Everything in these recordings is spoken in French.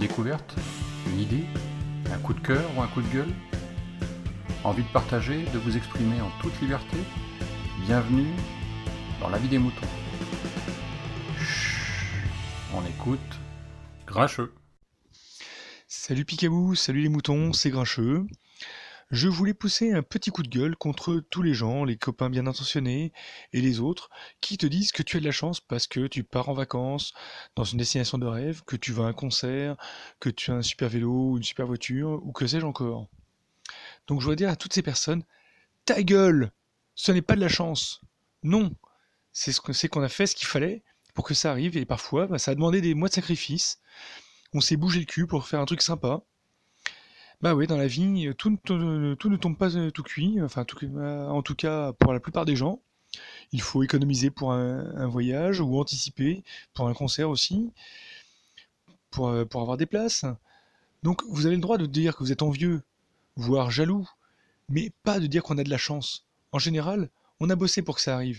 découverte, une idée, un coup de cœur ou un coup de gueule? Envie de partager, de vous exprimer en toute liberté? Bienvenue dans la vie des moutons. Chut, on écoute Grincheux. Salut Picabou, salut les moutons, c'est Grincheux. Je voulais pousser un petit coup de gueule contre tous les gens, les copains bien intentionnés et les autres, qui te disent que tu as de la chance parce que tu pars en vacances dans une destination de rêve, que tu vas à un concert, que tu as un super vélo ou une super voiture, ou que sais-je encore. Donc je voudrais dire à toutes ces personnes, ta gueule! Ce n'est pas de la chance. Non, c'est qu'on a fait ce qu'il fallait pour que ça arrive, et parfois ça a demandé des mois de sacrifice. On s'est bougé le cul pour faire un truc sympa. Bah ouais, dans la vie, tout ne tombe pas tout cuit, enfin, en tout cas pour la plupart des gens. Il faut économiser pour un voyage ou anticiper pour un concert aussi, pour avoir des places. Donc vous avez le droit de dire que vous êtes envieux, voire jaloux, mais pas de dire qu'on a de la chance. En général, on a bossé pour que ça arrive.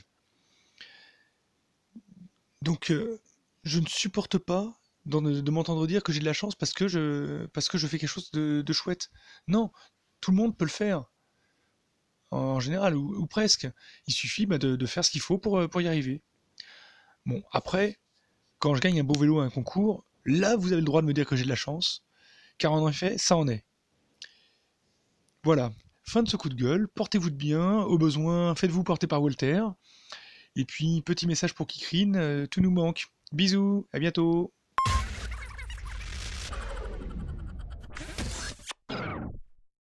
Donc je ne supporte pas de m'entendre dire que j'ai de la chance parce que je fais quelque chose de chouette. Non, tout le monde peut le faire. En général, ou presque. Il suffit de faire ce qu'il faut pour y arriver. Bon, après, quand je gagne un beau vélo à un concours, là, vous avez le droit de me dire que j'ai de la chance, car en effet, ça en est. Voilà, fin de ce coup de gueule, portez-vous de bien, au besoin, faites-vous porter par Walter, et puis, petit message pour Kikrine, tout nous manque. Bisous, à bientôt.